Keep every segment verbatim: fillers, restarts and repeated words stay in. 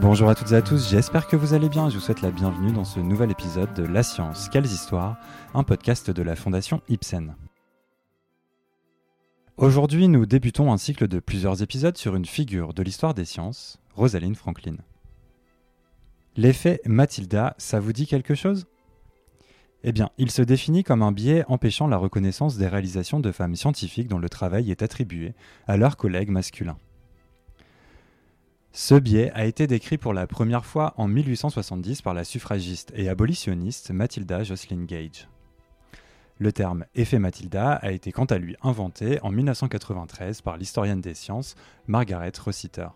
Bonjour à toutes et à tous, j'espère que vous allez bien et je vous souhaite la bienvenue dans ce nouvel épisode de La Science, Quelles Histoires, un podcast de la Fondation Ibsen. Aujourd'hui, nous débutons un cycle de plusieurs épisodes sur une figure de l'histoire des sciences, Rosalind Franklin. L'effet Matilda, ça vous dit quelque chose ? Eh bien, il se définit comme un biais empêchant la reconnaissance des réalisations de femmes scientifiques dont le travail est attribué à leurs collègues masculins. Ce biais a été décrit pour la première fois en mille huit cent soixante-dix par la suffragiste et abolitionniste Matilda Joslyn Gage. Le terme « effet Matilda » a été quant à lui inventé en mille neuf cent quatre-vingt-treize par l'historienne des sciences Margaret Rossiter.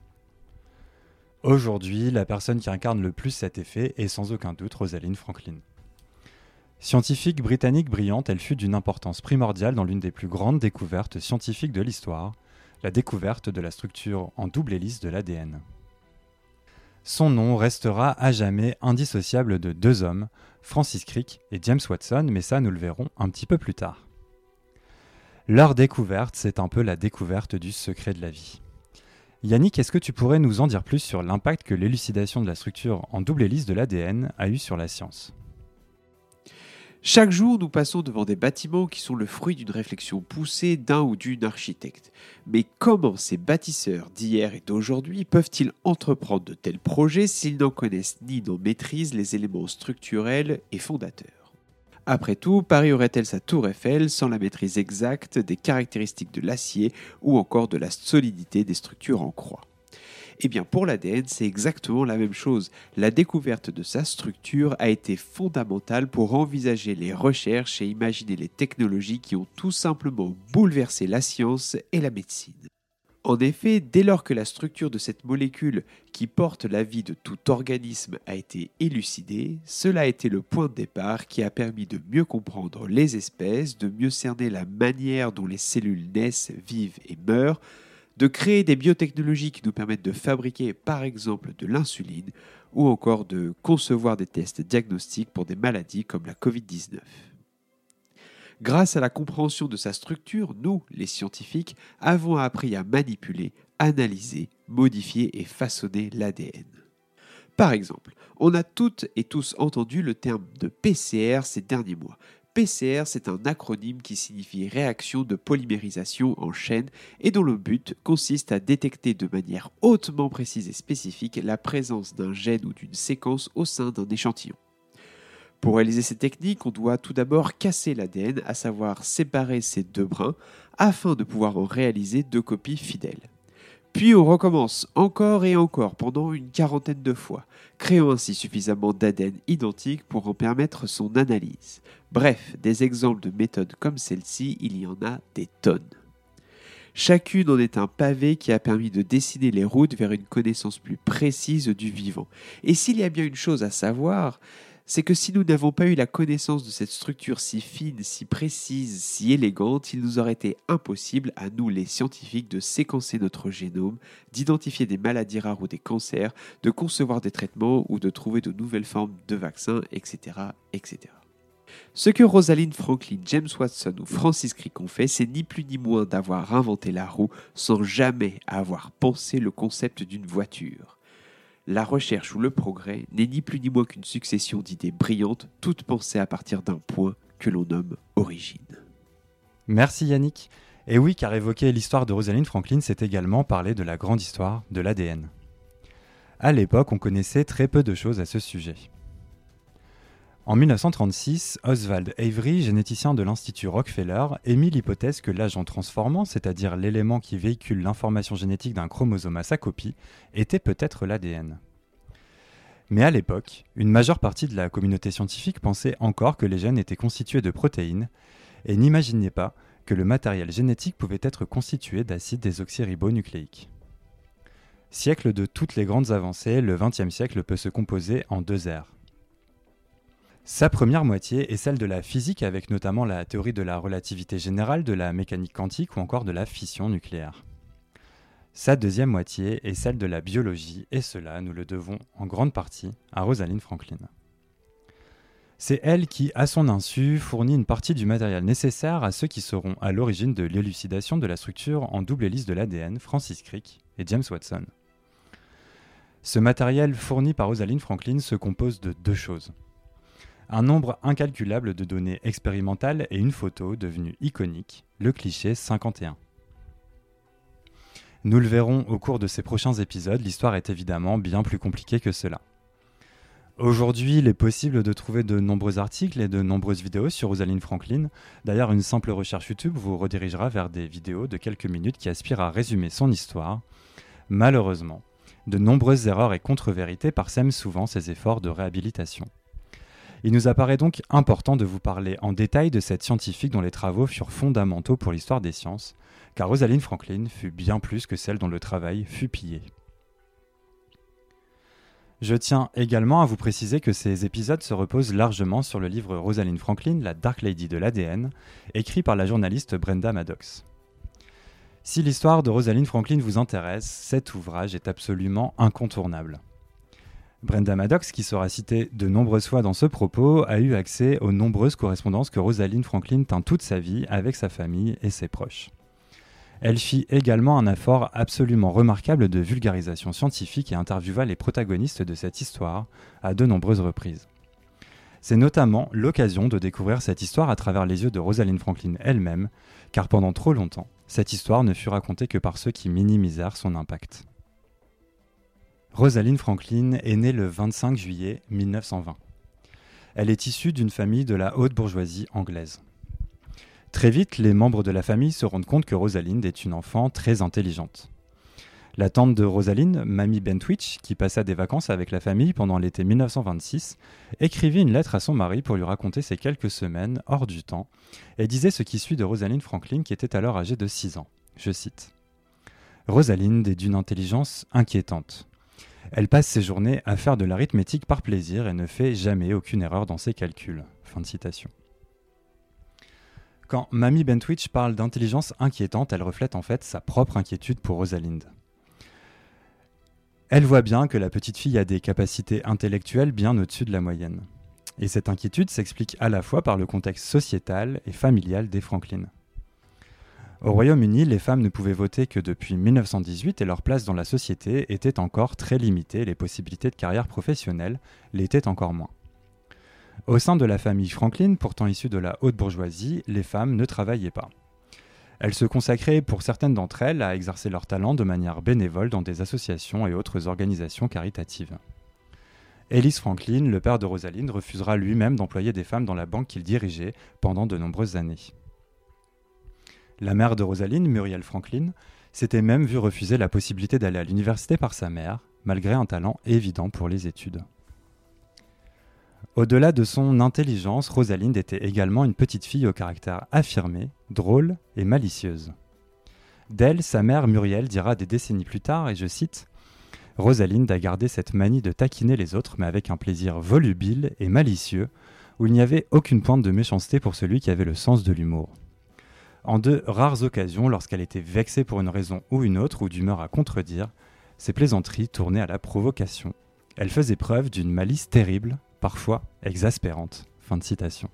Aujourd'hui, la personne qui incarne le plus cet effet est sans aucun doute Rosalind Franklin. Scientifique britannique brillante, elle fut d'une importance primordiale dans l'une des plus grandes découvertes scientifiques de l'histoire, la découverte de la structure en double hélice de l'A D N. Son nom restera à jamais indissociable de deux hommes, Francis Crick et James Watson, mais ça nous le verrons un petit peu plus tard. Leur découverte, c'est un peu la découverte du secret de la vie. Yannick, est-ce que tu pourrais nous en dire plus sur l'impact que l'élucidation de la structure en double hélice de l'A D N a eu sur la science ? Chaque jour, nous passons devant des bâtiments qui sont le fruit d'une réflexion poussée d'un ou d'une architecte. Mais comment ces bâtisseurs d'hier et d'aujourd'hui peuvent-ils entreprendre de tels projets s'ils n'en connaissent ni n'en maîtrisent les éléments structurels et fondateurs ? Après tout, Paris aurait-elle sa tour Eiffel sans la maîtrise exacte des caractéristiques de l'acier ou encore de la solidité des structures en croix ? Eh bien, pour l'A D N, c'est exactement la même chose. La découverte de sa structure a été fondamentale pour envisager les recherches et imaginer les technologies qui ont tout simplement bouleversé la science et la médecine. En effet, dès lors que la structure de cette molécule qui porte la vie de tout organisme a été élucidée, cela a été le point de départ qui a permis de mieux comprendre les espèces, de mieux cerner la manière dont les cellules naissent, vivent et meurent, de créer des biotechnologies qui nous permettent de fabriquer par exemple de l'insuline ou encore de concevoir des tests diagnostiques pour des maladies comme la covid dix-neuf. Grâce à la compréhension de sa structure, nous, les scientifiques, avons appris à manipuler, analyser, modifier et façonner l'A D N. Par exemple, on a toutes et tous entendu le terme de P C R ces derniers mois. P C R, c'est un acronyme qui signifie réaction de polymérisation en chaîne et dont le but consiste à détecter de manière hautement précise et spécifique la présence d'un gène ou d'une séquence au sein d'un échantillon. Pour réaliser ces techniques, on doit tout d'abord casser l'A D N, à savoir séparer ces deux brins, afin de pouvoir en réaliser deux copies fidèles. Puis on recommence encore et encore pendant une quarantaine de fois, créant ainsi suffisamment d'A D N identiques pour en permettre son analyse. Bref, des exemples de méthodes comme celle-ci, il y en a des tonnes. Chacune en est un pavé qui a permis de dessiner les routes vers une connaissance plus précise du vivant. Et s'il y a bien une chose à savoir, c'est que si nous n'avons pas eu la connaissance de cette structure si fine, si précise, si élégante, il nous aurait été impossible à nous les scientifiques de séquencer notre génome, d'identifier des maladies rares ou des cancers, de concevoir des traitements ou de trouver de nouvelles formes de vaccins, et cetera, et cetera. Ce que Rosalind Franklin, James Watson ou Francis Crick ont fait, c'est ni plus ni moins d'avoir inventé la roue sans jamais avoir pensé le concept d'une voiture. La recherche ou le progrès n'est ni plus ni moins qu'une succession d'idées brillantes, toutes pensées à partir d'un point que l'on nomme origine. Merci Yannick. Et oui, car évoquer l'histoire de Rosalind Franklin, c'est également parler de la grande histoire de l'A D N. À l'époque, on connaissait très peu de choses à ce sujet. En mille neuf cent trente-six, Oswald Avery, généticien de l'Institut Rockefeller, émit l'hypothèse que l'agent transformant, c'est-à-dire l'élément qui véhicule l'information génétique d'un chromosome à sa copie, était peut-être l'A D N. Mais à l'époque, une majeure partie de la communauté scientifique pensait encore que les gènes étaient constitués de protéines et n'imaginait pas que le matériel génétique pouvait être constitué d'acides désoxyribonucléiques. Siècle de toutes les grandes avancées, le vingtième siècle peut se composer en deux ères. Sa première moitié est celle de la physique avec notamment la théorie de la relativité générale, de la mécanique quantique ou encore de la fission nucléaire. Sa deuxième moitié est celle de la biologie et cela, nous le devons en grande partie à Rosalind Franklin. C'est elle qui, à son insu, fournit une partie du matériel nécessaire à ceux qui seront à l'origine de l'élucidation de la structure en double hélice de l'A D N, Francis Crick et James Watson. Ce matériel fourni par Rosalind Franklin se compose de deux choses. Un nombre incalculable de données expérimentales et une photo devenue iconique, le cliché cinquante et un. Nous le verrons au cours de ces prochains épisodes, l'histoire est évidemment bien plus compliquée que cela. Aujourd'hui, il est possible de trouver de nombreux articles et de nombreuses vidéos sur Rosalind Franklin. D'ailleurs, une simple recherche YouTube vous redirigera vers des vidéos de quelques minutes qui aspirent à résumer son histoire. Malheureusement, de nombreuses erreurs et contre-vérités parsèment souvent ces efforts de réhabilitation. Il nous apparaît donc important de vous parler en détail de cette scientifique dont les travaux furent fondamentaux pour l'histoire des sciences, car Rosalind Franklin fut bien plus que celle dont le travail fut pillé. Je tiens également à vous préciser que ces épisodes se reposent largement sur le livre Rosalind Franklin, la Dark Lady de l'A D N, écrit par la journaliste Brenda Maddox. Si l'histoire de Rosalind Franklin vous intéresse, cet ouvrage est absolument incontournable. Brenda Maddox, qui sera citée de nombreuses fois dans ce propos, a eu accès aux nombreuses correspondances que Rosalind Franklin tint toute sa vie avec sa famille et ses proches. Elle fit également un effort absolument remarquable de vulgarisation scientifique et interviewa les protagonistes de cette histoire à de nombreuses reprises. C'est notamment l'occasion de découvrir cette histoire à travers les yeux de Rosalind Franklin elle-même, car pendant trop longtemps, cette histoire ne fut racontée que par ceux qui minimisèrent son impact. Rosalind Franklin est née le vingt-cinq juillet mille neuf cent vingt. Elle est issue d'une famille de la haute bourgeoisie anglaise. Très vite, les membres de la famille se rendent compte que Rosalind est une enfant très intelligente. La tante de Rosalind, Mamie Bentwich, qui passa des vacances avec la famille pendant l'été mille neuf cent vingt-six, écrivit une lettre à son mari pour lui raconter ses quelques semaines hors du temps et disait ce qui suit de Rosalind Franklin qui était alors âgée de six ans. Je cite. « Rosalind est d'une intelligence inquiétante. Elle passe ses journées à faire de l'arithmétique par plaisir et ne fait jamais aucune erreur dans ses calculs. » Fin de citation. Quand Mamie Bentwich parle d'intelligence inquiétante, elle reflète en fait sa propre inquiétude pour Rosalind. Elle voit bien que la petite fille a des capacités intellectuelles bien au-dessus de la moyenne. Et cette inquiétude s'explique à la fois par le contexte sociétal et familial des Franklin. Au Royaume-Uni, les femmes ne pouvaient voter que depuis mille neuf cent dix-huit et leur place dans la société était encore très limitée, les possibilités de carrière professionnelle l'étaient encore moins. Au sein de la famille Franklin, pourtant issue de la haute bourgeoisie, les femmes ne travaillaient pas. Elles se consacraient pour certaines d'entre elles à exercer leur talent de manière bénévole dans des associations et autres organisations caritatives. Ellis Franklin, le père de Rosalind, refusera lui-même d'employer des femmes dans la banque qu'il dirigeait pendant de nombreuses années. La mère de Rosalind, Muriel Franklin, s'était même vue refuser la possibilité d'aller à l'université par sa mère, malgré un talent évident pour les études. Au-delà de son intelligence, Rosalind était également une petite fille au caractère affirmé, drôle et malicieuse. D'elle, sa mère Muriel dira des décennies plus tard, et je cite, « Rosalind a gardé cette manie de taquiner les autres, mais avec un plaisir volubile et malicieux, où il n'y avait aucune pointe de méchanceté pour celui qui avait le sens de l'humour. En de rares occasions, lorsqu'elle était vexée pour une raison ou une autre, ou d'humeur à contredire, ses plaisanteries tournaient à la provocation. Elle faisait preuve d'une malice terrible, parfois exaspérante. » Fin de citation.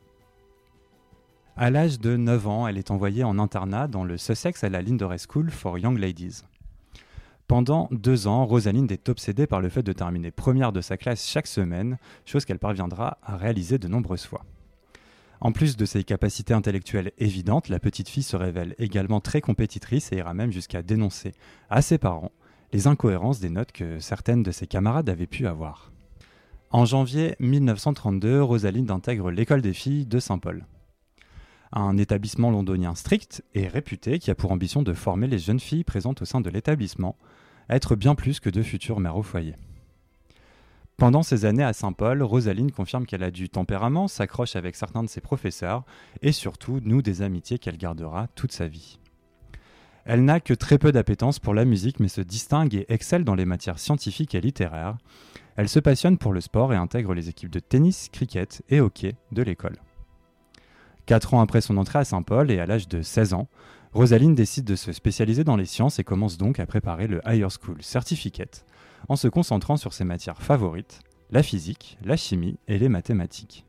À l'âge de neuf ans, elle est envoyée en internat dans le Sussex à la Linderey School for Young Ladies. Pendant deux ans, Rosalind est obsédée par le fait de terminer première de sa classe chaque semaine, chose qu'elle parviendra à réaliser de nombreuses fois. En plus de ses capacités intellectuelles évidentes, la petite fille se révèle également très compétitrice et ira même jusqu'à dénoncer à ses parents les incohérences des notes que certaines de ses camarades avaient pu avoir. En janvier mille neuf cent trente-deux, Rosalind intègre l'école des filles de Saint-Paul, un établissement londonien strict et réputé qui a pour ambition de former les jeunes filles présentes au sein de l'établissement à être bien plus que de futures mères au foyer. Pendant ces années à Saint-Paul, Rosalind confirme qu'elle a du tempérament, s'accroche avec certains de ses professeurs et surtout noue des amitiés qu'elle gardera toute sa vie. Elle n'a que très peu d'appétence pour la musique mais se distingue et excelle dans les matières scientifiques et littéraires. Elle se passionne pour le sport et intègre les équipes de tennis, cricket et hockey de l'école. Quatre ans après son entrée à Saint-Paul et à l'âge de seize ans, Rosalind décide de se spécialiser dans les sciences et commence donc à préparer le Higher School Certificate en se concentrant sur ses matières favorites, la physique, la chimie et les mathématiques.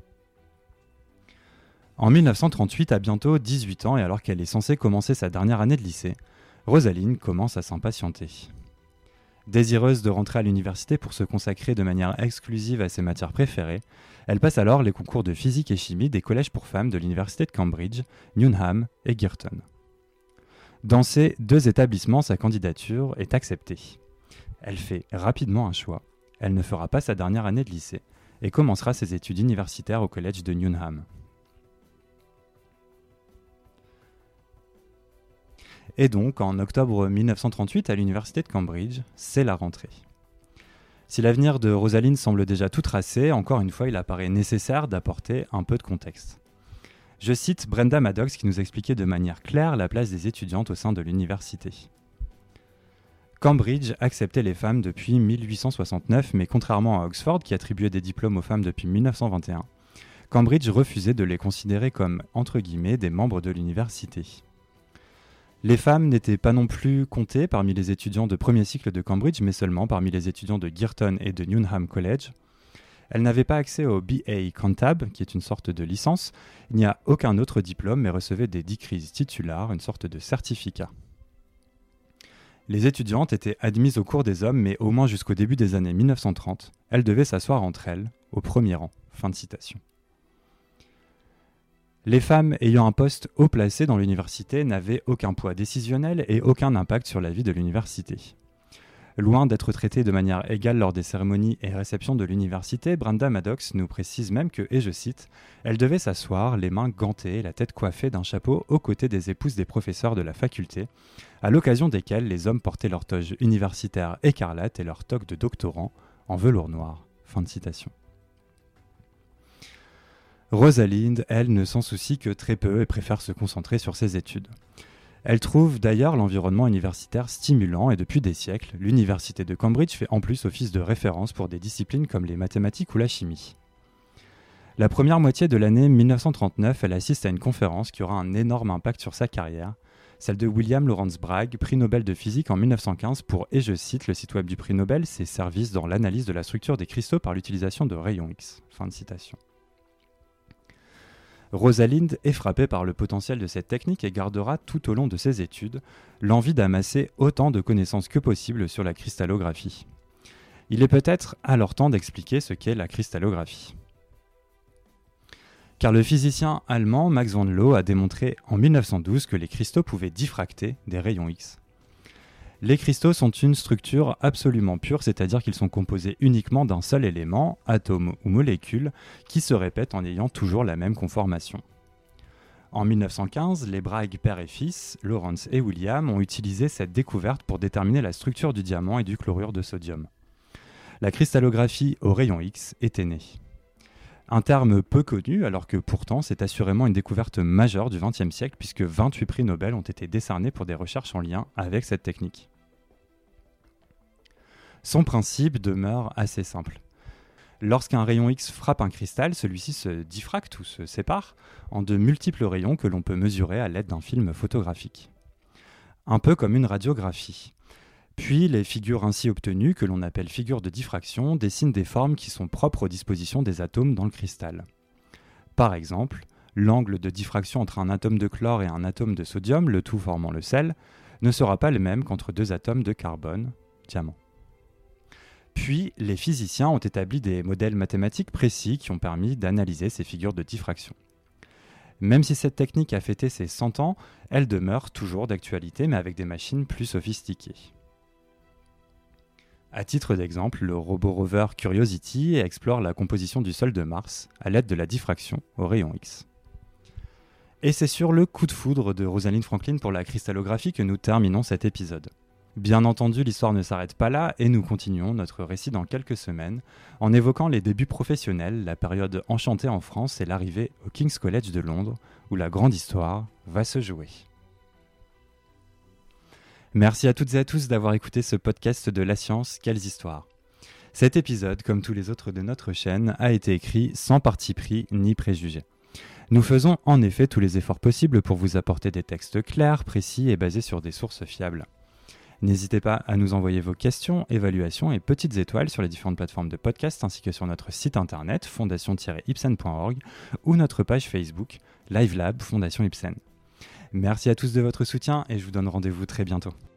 En mille neuf cent trente-huit, à bientôt dix-huit ans et alors qu'elle est censée commencer sa dernière année de lycée, Rosalind commence à s'impatienter. Désireuse de rentrer à l'université pour se consacrer de manière exclusive à ses matières préférées, elle passe alors les concours de physique et chimie des collèges pour femmes de l'université de Cambridge, Newnham et Girton. Dans ces deux établissements, sa candidature est acceptée. Elle fait rapidement un choix. Elle ne fera pas sa dernière année de lycée et commencera ses études universitaires au collège de Newnham. Et donc, en octobre mille neuf cent trente-huit, à l'université de Cambridge, c'est la rentrée. Si l'avenir de Rosalind semble déjà tout tracé, encore une fois, il apparaît nécessaire d'apporter un peu de contexte. Je cite Brenda Maddox qui nous expliquait de manière claire la place des étudiantes au sein de l'université. Cambridge acceptait les femmes depuis mille huit cent soixante-neuf, mais contrairement à Oxford qui attribuait des diplômes aux femmes depuis mille neuf cent vingt et un, Cambridge refusait de les considérer comme, entre guillemets, des membres de l'université. Les femmes n'étaient pas non plus comptées parmi les étudiants de premier cycle de Cambridge, mais seulement parmi les étudiants de Girton et de Newnham College. Elles n'avaient pas accès au B A Cantab, qui est une sorte de licence. Il n'y a aucun autre diplôme, mais recevaient des degrees titulaires, une sorte de certificat. Les étudiantes étaient admises au cours des hommes, mais au moins jusqu'au début des années mille neuf cent trente, elles devaient s'asseoir entre elles, au premier rang. Fin de citation. Les femmes ayant un poste haut placé dans l'université n'avaient aucun poids décisionnel et aucun impact sur la vie de l'université. Loin d'être traitées de manière égale lors des cérémonies et réceptions de l'université, Brenda Maddox nous précise même que, et je cite, « Elle devait s'asseoir, les mains gantées, la tête coiffée d'un chapeau aux côtés des épouses des professeurs de la faculté, à l'occasion desquelles les hommes portaient leur toge universitaire écarlate et leur toque de doctorant en velours noir. » Fin de citation. Rosalind, elle, ne s'en soucie que très peu et préfère se concentrer sur ses études. Elle trouve d'ailleurs l'environnement universitaire stimulant et depuis des siècles, l'université de Cambridge fait en plus office de référence pour des disciplines comme les mathématiques ou la chimie. La première moitié de l'année mille neuf cent trente-neuf, elle assiste à une conférence qui aura un énorme impact sur sa carrière, celle de William Lawrence Bragg, prix Nobel de physique en mille neuf cent quinze pour, et je cite le site web du prix Nobel, ses services dans l'analyse de la structure des cristaux par l'utilisation de rayons X. Fin de citation. Rosalind est frappée par le potentiel de cette technique et gardera tout au long de ses études l'envie d'amasser autant de connaissances que possible sur la cristallographie. Il est peut-être alors temps d'expliquer ce qu'est la cristallographie. Car le physicien allemand Max von Laue a démontré en mille neuf cent douze que les cristaux pouvaient diffracter des rayons X. Les cristaux sont une structure absolument pure, c'est-à-dire qu'ils sont composés uniquement d'un seul élément, atome ou molécule, qui se répète en ayant toujours la même conformation. En mille neuf cent quinze, les Bragg père et fils, Lawrence et William, ont utilisé cette découverte pour déterminer la structure du diamant et du chlorure de sodium. La cristallographie au rayon X était née. Un terme peu connu, alors que pourtant c'est assurément une découverte majeure du vingtième siècle puisque vingt-huit prix Nobel ont été décernés pour des recherches en lien avec cette technique. Son principe demeure assez simple. Lorsqu'un rayon X frappe un cristal, celui-ci se diffracte ou se sépare en de multiples rayons que l'on peut mesurer à l'aide d'un film photographique. Un peu comme une radiographie. Puis les figures ainsi obtenues, que l'on appelle figures de diffraction, dessinent des formes qui sont propres aux dispositions des atomes dans le cristal. Par exemple, l'angle de diffraction entre un atome de chlore et un atome de sodium, le tout formant le sel, ne sera pas le même qu'entre deux atomes de carbone, diamant. Puis, les physiciens ont établi des modèles mathématiques précis qui ont permis d'analyser ces figures de diffraction. Même si cette technique a fêté ses cent ans, elle demeure toujours d'actualité, mais avec des machines plus sophistiquées. À titre d'exemple, le robot rover Curiosity explore la composition du sol de Mars à l'aide de la diffraction au rayon X. Et c'est sur le coup de foudre de Rosalind Franklin pour la cristallographie que nous terminons cet épisode. Bien entendu, l'histoire ne s'arrête pas là et nous continuons notre récit dans quelques semaines en évoquant les débuts professionnels, la période enchantée en France et l'arrivée au King's College de Londres où la grande histoire va se jouer. Merci à toutes et à tous d'avoir écouté ce podcast de La Science, quelles histoires. Cet épisode, comme tous les autres de notre chaîne, a été écrit sans parti pris ni préjugés. Nous faisons en effet tous les efforts possibles pour vous apporter des textes clairs, précis et basés sur des sources fiables. N'hésitez pas à nous envoyer vos questions, évaluations et petites étoiles sur les différentes plateformes de podcast ainsi que sur notre site internet fondation tiret ipsen point org ou notre page Facebook LiveLab Fondation Ipsen. Merci à tous de votre soutien et je vous donne rendez-vous très bientôt.